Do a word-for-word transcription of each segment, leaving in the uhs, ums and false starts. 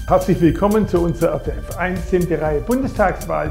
Herzlich willkommen zu unserer R T F eins siebte Reihe Bundestagswahl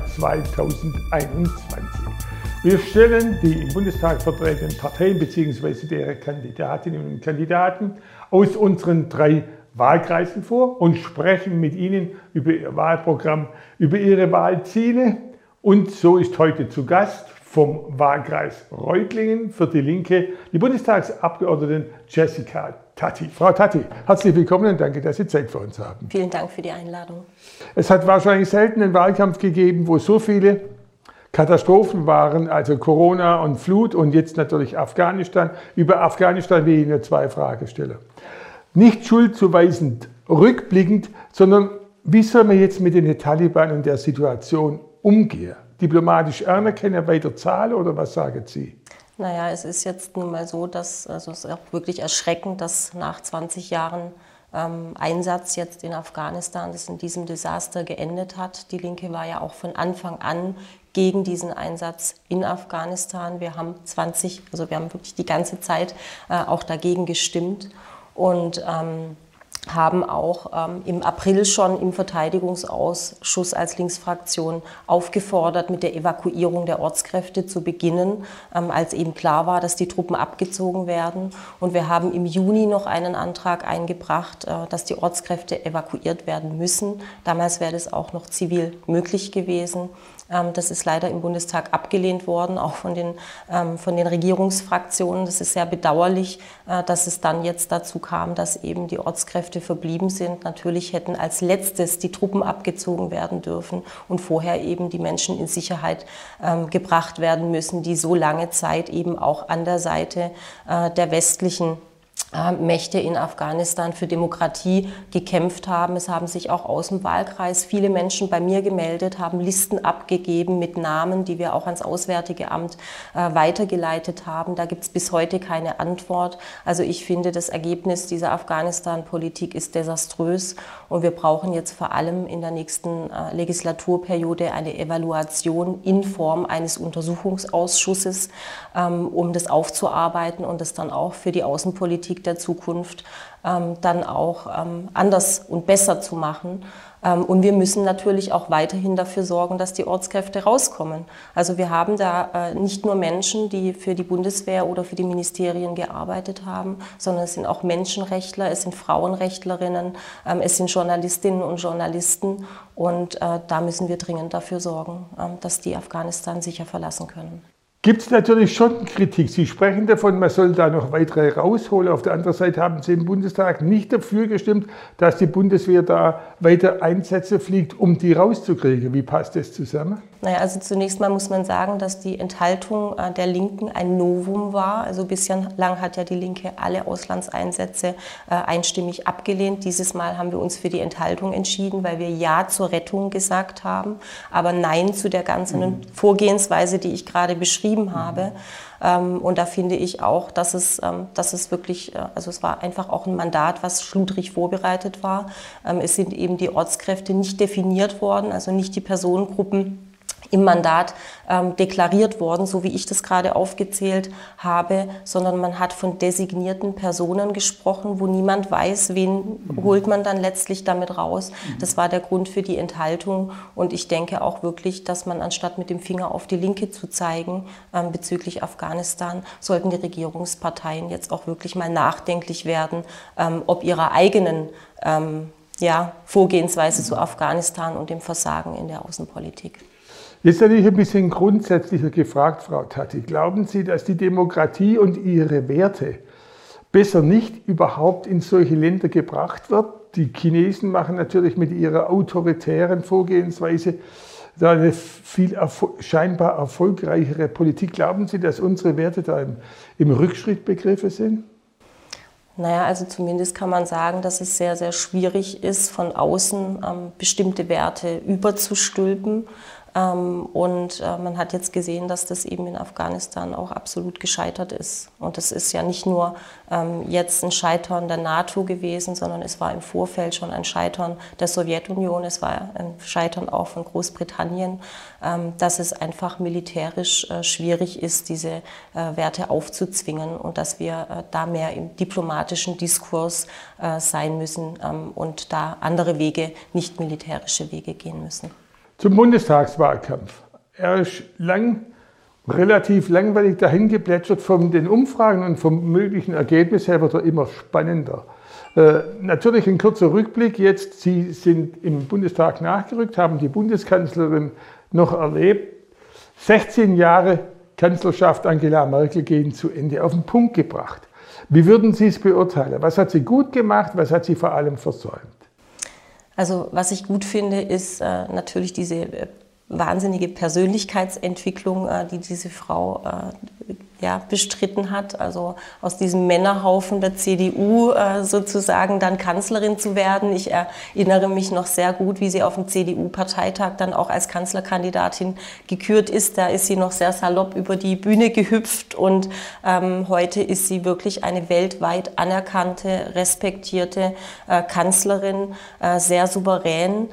zweitausendeinundzwanzig. Wir stellen die im Bundestag vertretenen Parteien bzw. deren Kandidatinnen und Kandidaten aus unseren drei Wahlkreisen vor und sprechen mit ihnen über ihr Wahlprogramm, über ihre Wahlziele. Und so ist heute zu Gast vom Wahlkreis Reutlingen für die Linke die Bundestagsabgeordnete Jessica Tatti. Frau Tatti, herzlich willkommen und danke, dass Sie Zeit für uns haben. Vielen Dank für die Einladung. Es hat wahrscheinlich selten einen Wahlkampf gegeben, wo so viele Katastrophen waren, also Corona und Flut und jetzt natürlich Afghanistan. Über Afghanistan will ich nur zwei Fragen stellen. Nicht schuldzuweisend rückblickend, sondern wie soll man jetzt mit den Taliban und der Situation umgehen? Diplomatisch anerkennen, weiter zahlen oder was sagen Sie? Naja, es ist jetzt nun mal so, dass also es ist auch wirklich erschreckend, dass nach zwanzig Jahren ähm, Einsatz jetzt in Afghanistan das in diesem Desaster geendet hat. Die Linke war ja auch von Anfang an gegen diesen Einsatz in Afghanistan. Wir haben zwanzig, also wir haben wirklich die ganze Zeit äh, auch dagegen gestimmt und ähm, haben auch ähm, im April schon im Verteidigungsausschuss als Linksfraktion aufgefordert, mit der Evakuierung der Ortskräfte zu beginnen, ähm, als eben klar war, dass die Truppen abgezogen werden. Und wir haben im Juni noch einen Antrag eingebracht, äh, dass die Ortskräfte evakuiert werden müssen. Damals wäre das auch noch zivil möglich gewesen. Ähm, das ist leider im Bundestag abgelehnt worden, auch von den, ähm, von den Regierungsfraktionen. Das ist sehr bedauerlich, äh, dass es dann jetzt dazu kam, dass eben die Ortskräfte verblieben sind. Natürlich hätten als letztes die Truppen abgezogen werden dürfen und vorher eben die Menschen in Sicherheit ähm, gebracht werden müssen, die so lange Zeit eben auch an der Seite äh, der westlichen Mächte in Afghanistan für Demokratie gekämpft haben. Es haben sich auch aus dem Wahlkreis viele Menschen bei mir gemeldet, haben Listen abgegeben mit Namen, die wir auch ans Auswärtige Amt äh, weitergeleitet haben. Da gibt es bis heute keine Antwort. Also ich finde, das Ergebnis dieser Afghanistan-Politik ist desaströs und wir brauchen jetzt vor allem in der nächsten äh, Legislaturperiode eine Evaluation in Form eines Untersuchungsausschusses, ähm, um das aufzuarbeiten und das dann auch für die Außenpolitik der Zukunft ähm, dann auch ähm, anders und besser zu machen. Ähm, und wir müssen natürlich auch weiterhin dafür sorgen, dass die Ortskräfte rauskommen. Also wir haben da äh, nicht nur Menschen, die für die Bundeswehr oder für die Ministerien gearbeitet haben, sondern es sind auch Menschenrechtler, es sind Frauenrechtlerinnen, ähm, es sind Journalistinnen und Journalisten. Und äh, da müssen wir dringend dafür sorgen, ähm, dass die Afghanistan sicher verlassen können. Gibt es natürlich schon Kritik. Sie sprechen davon, man soll da noch weitere rausholen. Auf der anderen Seite haben Sie im Bundestag nicht dafür gestimmt, dass die Bundeswehr da weiter Einsätze fliegt, um die rauszukriegen. Wie passt das zusammen? Naja, also zunächst mal muss man sagen, dass die Enthaltung der Linken ein Novum war. Also bislang hat ja die Linke alle Auslandseinsätze einstimmig abgelehnt. Dieses Mal haben wir uns für die Enthaltung entschieden, weil wir Ja zur Rettung gesagt haben, aber Nein zu der ganzen mhm. Vorgehensweise, die ich gerade beschrieben habe. Und da finde ich auch, dass es, dass es wirklich, also es war einfach auch ein Mandat, was schludrig vorbereitet war. Es sind eben die Ortskräfte nicht definiert worden, also nicht die Personengruppen im Mandat ähm, deklariert worden, so wie ich das gerade aufgezählt habe, sondern man hat von designierten Personen gesprochen, wo niemand weiß, wen mhm. holt man dann letztlich damit raus. Mhm. Das war der Grund für die Enthaltung und ich denke auch wirklich, dass man anstatt mit dem Finger auf die Linke zu zeigen ähm, bezüglich Afghanistan, sollten die Regierungsparteien jetzt auch wirklich mal nachdenklich werden, ähm, ob ihrer eigenen ähm, ja, Vorgehensweise mhm. zu Afghanistan und dem Versagen in der Außenpolitik. Jetzt natürlich ein bisschen grundsätzlicher gefragt, Frau Tatti. Glauben Sie, dass die Demokratie und ihre Werte besser nicht überhaupt in solche Länder gebracht wird? Die Chinesen machen natürlich mit ihrer autoritären Vorgehensweise da eine viel erfol- scheinbar erfolgreichere Politik. Glauben Sie, dass unsere Werte da im, im Rückschritt begriffen sind? Naja, also zumindest kann man sagen, dass es sehr, sehr schwierig ist, von außen ähm, bestimmte Werte überzustülpen. Und man hat jetzt gesehen, dass das eben in Afghanistan auch absolut gescheitert ist. Und das ist ja nicht nur jetzt ein Scheitern der NATO gewesen, sondern es war im Vorfeld schon ein Scheitern der Sowjetunion, es war ein Scheitern auch von Großbritannien, dass es einfach militärisch schwierig ist, diese Werte aufzuzwingen und dass wir da mehr im diplomatischen Diskurs sein müssen und da andere Wege, nicht militärische Wege gehen müssen. Zum Bundestagswahlkampf. Er ist lang, relativ langweilig dahin geplätschert. Von den Umfragen und vom möglichen Ergebnis her wird er immer spannender. Äh, natürlich ein kurzer Rückblick. Jetzt, Sie sind im Bundestag nachgerückt, haben die Bundeskanzlerin noch erlebt. sechzehn Jahre Kanzlerschaft Angela Merkel gehen zu Ende, auf den Punkt gebracht. Wie würden Sie es beurteilen? Was hat sie gut gemacht, was hat sie vor allem versäumt? Also was ich gut finde, ist äh, natürlich diese äh, wahnsinnige Persönlichkeitsentwicklung, äh, die diese Frau äh, ja, bestritten hat. Also aus diesem Männerhaufen der C D U äh, sozusagen dann Kanzlerin zu werden. Ich erinnere mich noch sehr gut, wie sie auf dem C D U-Parteitag dann auch als Kanzlerkandidatin gekürt ist. Da ist sie noch sehr salopp über die Bühne gehüpft und ähm, heute ist sie wirklich eine weltweit anerkannte, respektierte äh, Kanzlerin, äh, sehr souverän.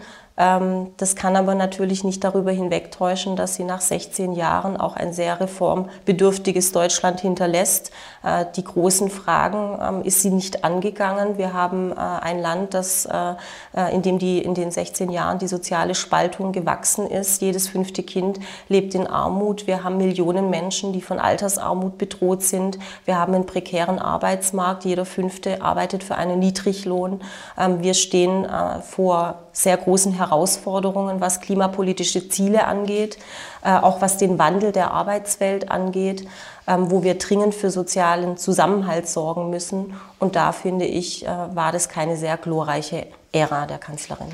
Das kann aber natürlich nicht darüber hinwegtäuschen, dass sie nach sechzehn Jahren auch ein sehr reformbedürftiges Deutschland hinterlässt. Die großen Fragen ist sie nicht angegangen. Wir haben ein Land, das, in dem die, in den sechzehn Jahren die soziale Spaltung gewachsen ist. Jedes fünfte Kind lebt in Armut. Wir haben Millionen Menschen, die von Altersarmut bedroht sind. Wir haben einen prekären Arbeitsmarkt. Jeder fünfte arbeitet für einen Niedriglohn. Wir stehen vor sehr großen Herausforderungen, was klimapolitische Ziele angeht, äh, auch was den Wandel der Arbeitswelt angeht, ähm, wo wir dringend für sozialen Zusammenhalt sorgen müssen. Und da, finde ich, äh, war das keine sehr glorreiche Ära der Kanzlerin.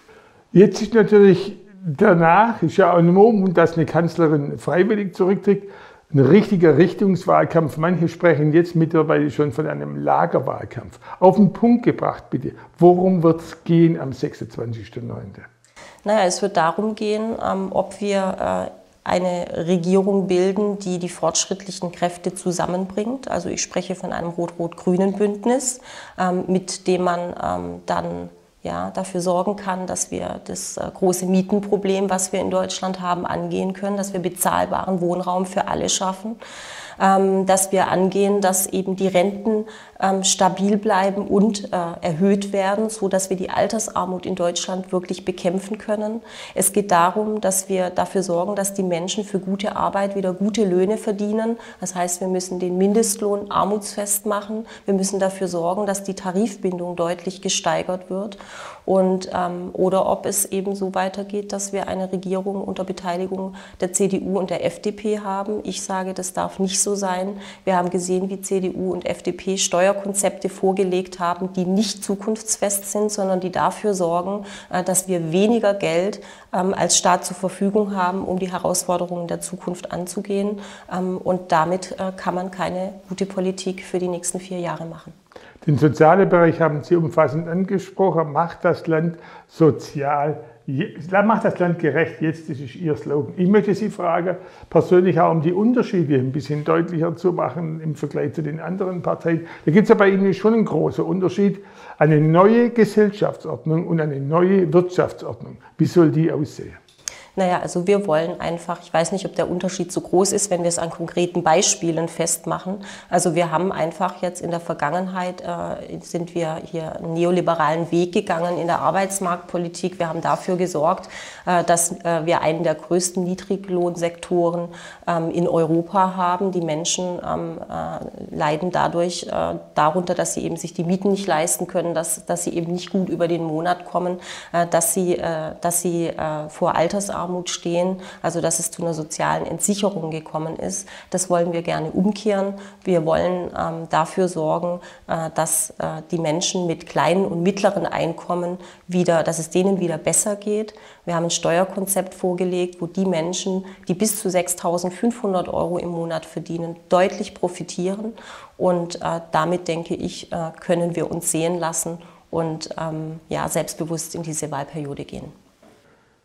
Jetzt ist natürlich danach, ist ja auch ein Moment, dass eine Kanzlerin freiwillig zurücktritt, ein richtiger Richtungswahlkampf. Manche sprechen jetzt mittlerweile schon von einem Lagerwahlkampf. Auf den Punkt gebracht, bitte. Worum wird es gehen am sechsundzwanzigsten neunten? Naja, es wird darum gehen, ähm, ob wir äh, eine Regierung bilden, die die fortschrittlichen Kräfte zusammenbringt. Also ich spreche von einem rot-rot-grünen Bündnis, ähm, mit dem man ähm, dann ja, dafür sorgen kann, dass wir das äh, große Mietenproblem, was wir in Deutschland haben, angehen können, dass wir bezahlbaren Wohnraum für alle schaffen, ähm, dass wir angehen, dass eben die Renten ähm, stabil bleiben und äh, erhöht werden, so dass wir die Altersarmut in Deutschland wirklich bekämpfen können. Es geht darum, dass wir dafür sorgen, dass die Menschen für gute Arbeit wieder gute Löhne verdienen. Das heißt, wir müssen den Mindestlohn armutsfest machen. Wir müssen dafür sorgen, dass die Tarifbindung deutlich gesteigert wird. Und, ähm, oder ob es eben so weitergeht, dass wir eine Regierung unter Beteiligung der C D U und der F D P haben. Ich sage, das darf nicht so sein. Wir haben gesehen, wie C D U und F D P Steuerkonzepte vorgelegt haben, die nicht zukunftsfest sind, sondern die dafür sorgen, äh, dass wir weniger Geld ähm, als Staat zur Verfügung haben, um die Herausforderungen der Zukunft anzugehen. Ähm, und damit äh, kann man keine gute Politik für die nächsten vier Jahre machen. Den sozialen Bereich haben Sie umfassend angesprochen. Macht das Land sozial, macht das Land gerecht, jetzt das ist Ihr Slogan. Ich möchte Sie fragen, persönlich auch um die Unterschiede ein bisschen deutlicher zu machen im Vergleich zu den anderen Parteien. Da gibt es ja bei Ihnen schon einen großen Unterschied. Eine neue Gesellschaftsordnung und eine neue Wirtschaftsordnung. Wie soll die aussehen? Naja, also wir wollen einfach, ich weiß nicht, ob der Unterschied so groß ist, wenn wir es an konkreten Beispielen festmachen. Also wir haben einfach jetzt in der Vergangenheit, äh, sind wir hier einen neoliberalen Weg gegangen in der Arbeitsmarktpolitik. Wir haben dafür gesorgt, äh, dass äh, wir einen der größten Niedriglohnsektoren ähm, in Europa haben. Die Menschen ähm, äh, leiden dadurch äh, darunter, dass sie eben sich die Mieten nicht leisten können, dass, dass sie eben nicht gut über den Monat kommen, äh, dass sie, äh, dass sie äh, vor Altersarmut stehen, also dass es zu einer sozialen Entsicherung gekommen ist. Das wollen wir gerne umkehren. Wir wollen ähm, dafür sorgen, äh, dass äh, die Menschen mit kleinen und mittleren Einkommen wieder, dass es denen wieder besser geht. Wir haben ein Steuerkonzept vorgelegt, wo die Menschen, die bis zu sechstausendfünfhundert Euro im Monat verdienen, deutlich profitieren. Und äh, damit, denke ich, äh, können wir uns sehen lassen und ähm, ja, selbstbewusst in diese Wahlperiode gehen.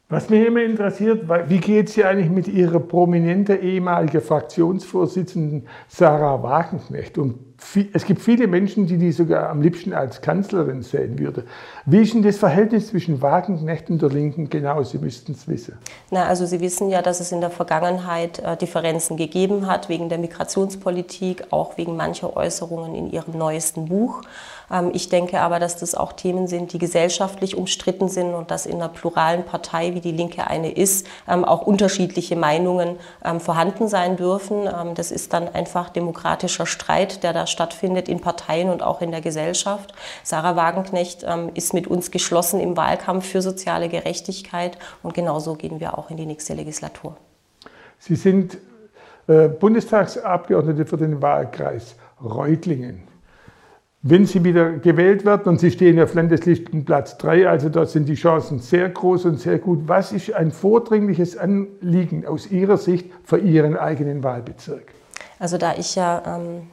Was mich immer interessiert, wie geht es eigentlich mit Ihrer prominenten ehemaligen Fraktionsvorsitzenden Sarah Wagenknecht? Und es gibt viele Menschen, die die sogar am liebsten als Kanzlerin sehen würden. Wie ist denn das Verhältnis zwischen Wagenknecht und der Linken genau? Sie müssten es wissen. Na, also Sie wissen ja, dass es in der Vergangenheit äh, Differenzen gegeben hat wegen der Migrationspolitik, auch wegen mancher Äußerungen in Ihrem neuesten Buch. Ähm, ich denke aber, dass das auch Themen sind, die gesellschaftlich umstritten sind und dass in einer pluralen Partei, wie die Linke eine ist, ähm, auch unterschiedliche Meinungen ähm, vorhanden sein dürfen. Ähm, das ist dann einfach demokratischer Streit, der da stattfindet in Parteien und auch in der Gesellschaft. Sarah Wagenknecht ähm, ist mit uns geschlossen im Wahlkampf für soziale Gerechtigkeit und genauso gehen wir auch in die nächste Legislatur. Sie sind äh, Bundestagsabgeordnete für den Wahlkreis Reutlingen. Wenn Sie wieder gewählt werden und Sie stehen auf Landeslistenplatz drei, also dort sind die Chancen sehr groß und sehr gut. Was ist ein vordringliches Anliegen aus Ihrer Sicht für Ihren eigenen Wahlbezirk? Also da ich ja ähm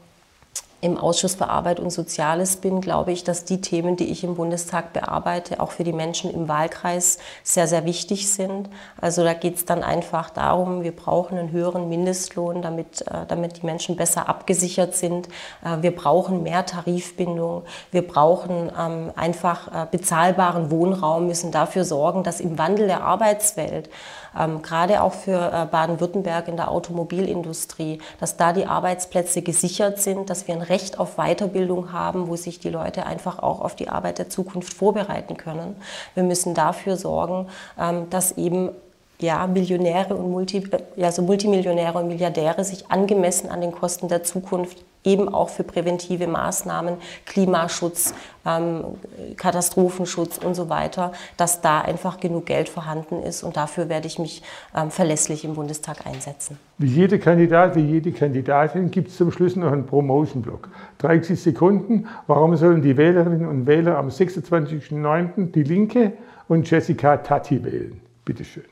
im Ausschuss für Arbeit und Soziales bin, glaube ich, dass die Themen, die ich im Bundestag bearbeite, auch für die Menschen im Wahlkreis sehr, sehr wichtig sind. Also da geht es dann einfach darum, wir brauchen einen höheren Mindestlohn, damit, äh, damit die Menschen besser abgesichert sind. Äh, wir brauchen mehr Tarifbindung. Wir brauchen ähm, einfach äh, bezahlbaren Wohnraum, müssen dafür sorgen, dass im Wandel der Arbeitswelt, ähm, gerade auch für äh, Baden-Württemberg in der Automobilindustrie, dass da die Arbeitsplätze gesichert sind, dass wir ein Recht auf Weiterbildung haben, wo sich die Leute einfach auch auf die Arbeit der Zukunft vorbereiten können. Wir müssen dafür sorgen, dass eben ja, Millionäre und Multi, also Multimillionäre und Milliardäre sich angemessen an den Kosten der Zukunft eben auch für präventive Maßnahmen, Klimaschutz, ähm, Katastrophenschutz und so weiter, dass da einfach genug Geld vorhanden ist und dafür werde ich mich ähm, verlässlich im Bundestag einsetzen. Wie jeder Kandidat, wie jede Kandidatin gibt es zum Schluss noch einen Promotion-Block. dreißig Sekunden. Warum sollen die Wählerinnen und Wähler am sechsundzwanzigsten neunten die Linke und Jessica Tatti wählen? Bitte schön.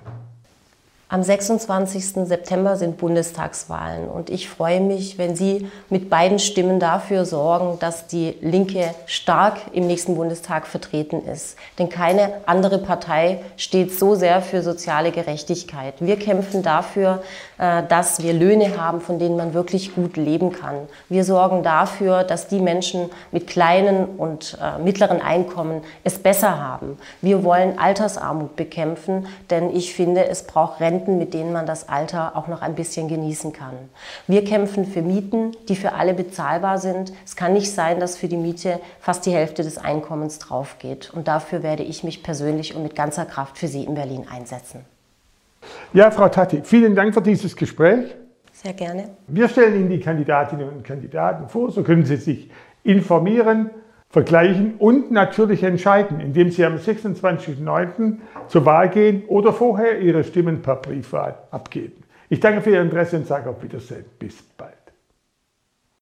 Am sechsundzwanzigsten September sind Bundestagswahlen und ich freue mich, wenn Sie mit beiden Stimmen dafür sorgen, dass die Linke stark im nächsten Bundestag vertreten ist. Denn keine andere Partei steht so sehr für soziale Gerechtigkeit. Wir kämpfen dafür, dass wir Löhne haben, von denen man wirklich gut leben kann. Wir sorgen dafür, dass die Menschen mit kleinen und mittleren Einkommen es besser haben. Wir wollen Altersarmut bekämpfen, denn ich finde, es braucht Renten, mit denen man das Alter auch noch ein bisschen genießen kann. Wir kämpfen für Mieten, die für alle bezahlbar sind. Es kann nicht sein, dass für die Miete fast die Hälfte des Einkommens drauf geht. Und dafür werde ich mich persönlich und mit ganzer Kraft für Sie in Berlin einsetzen. Ja, Frau Tatti, vielen Dank für dieses Gespräch. Sehr gerne. Wir stellen Ihnen die Kandidatinnen und Kandidaten vor, so können Sie sich informieren, vergleichen und natürlich entscheiden, indem Sie am sechsundzwanzigsten neunten zur Wahl gehen oder vorher Ihre Stimmen per Briefwahl abgeben. Ich danke für Ihr Interesse und sage auf Wiedersehen. Bis bald.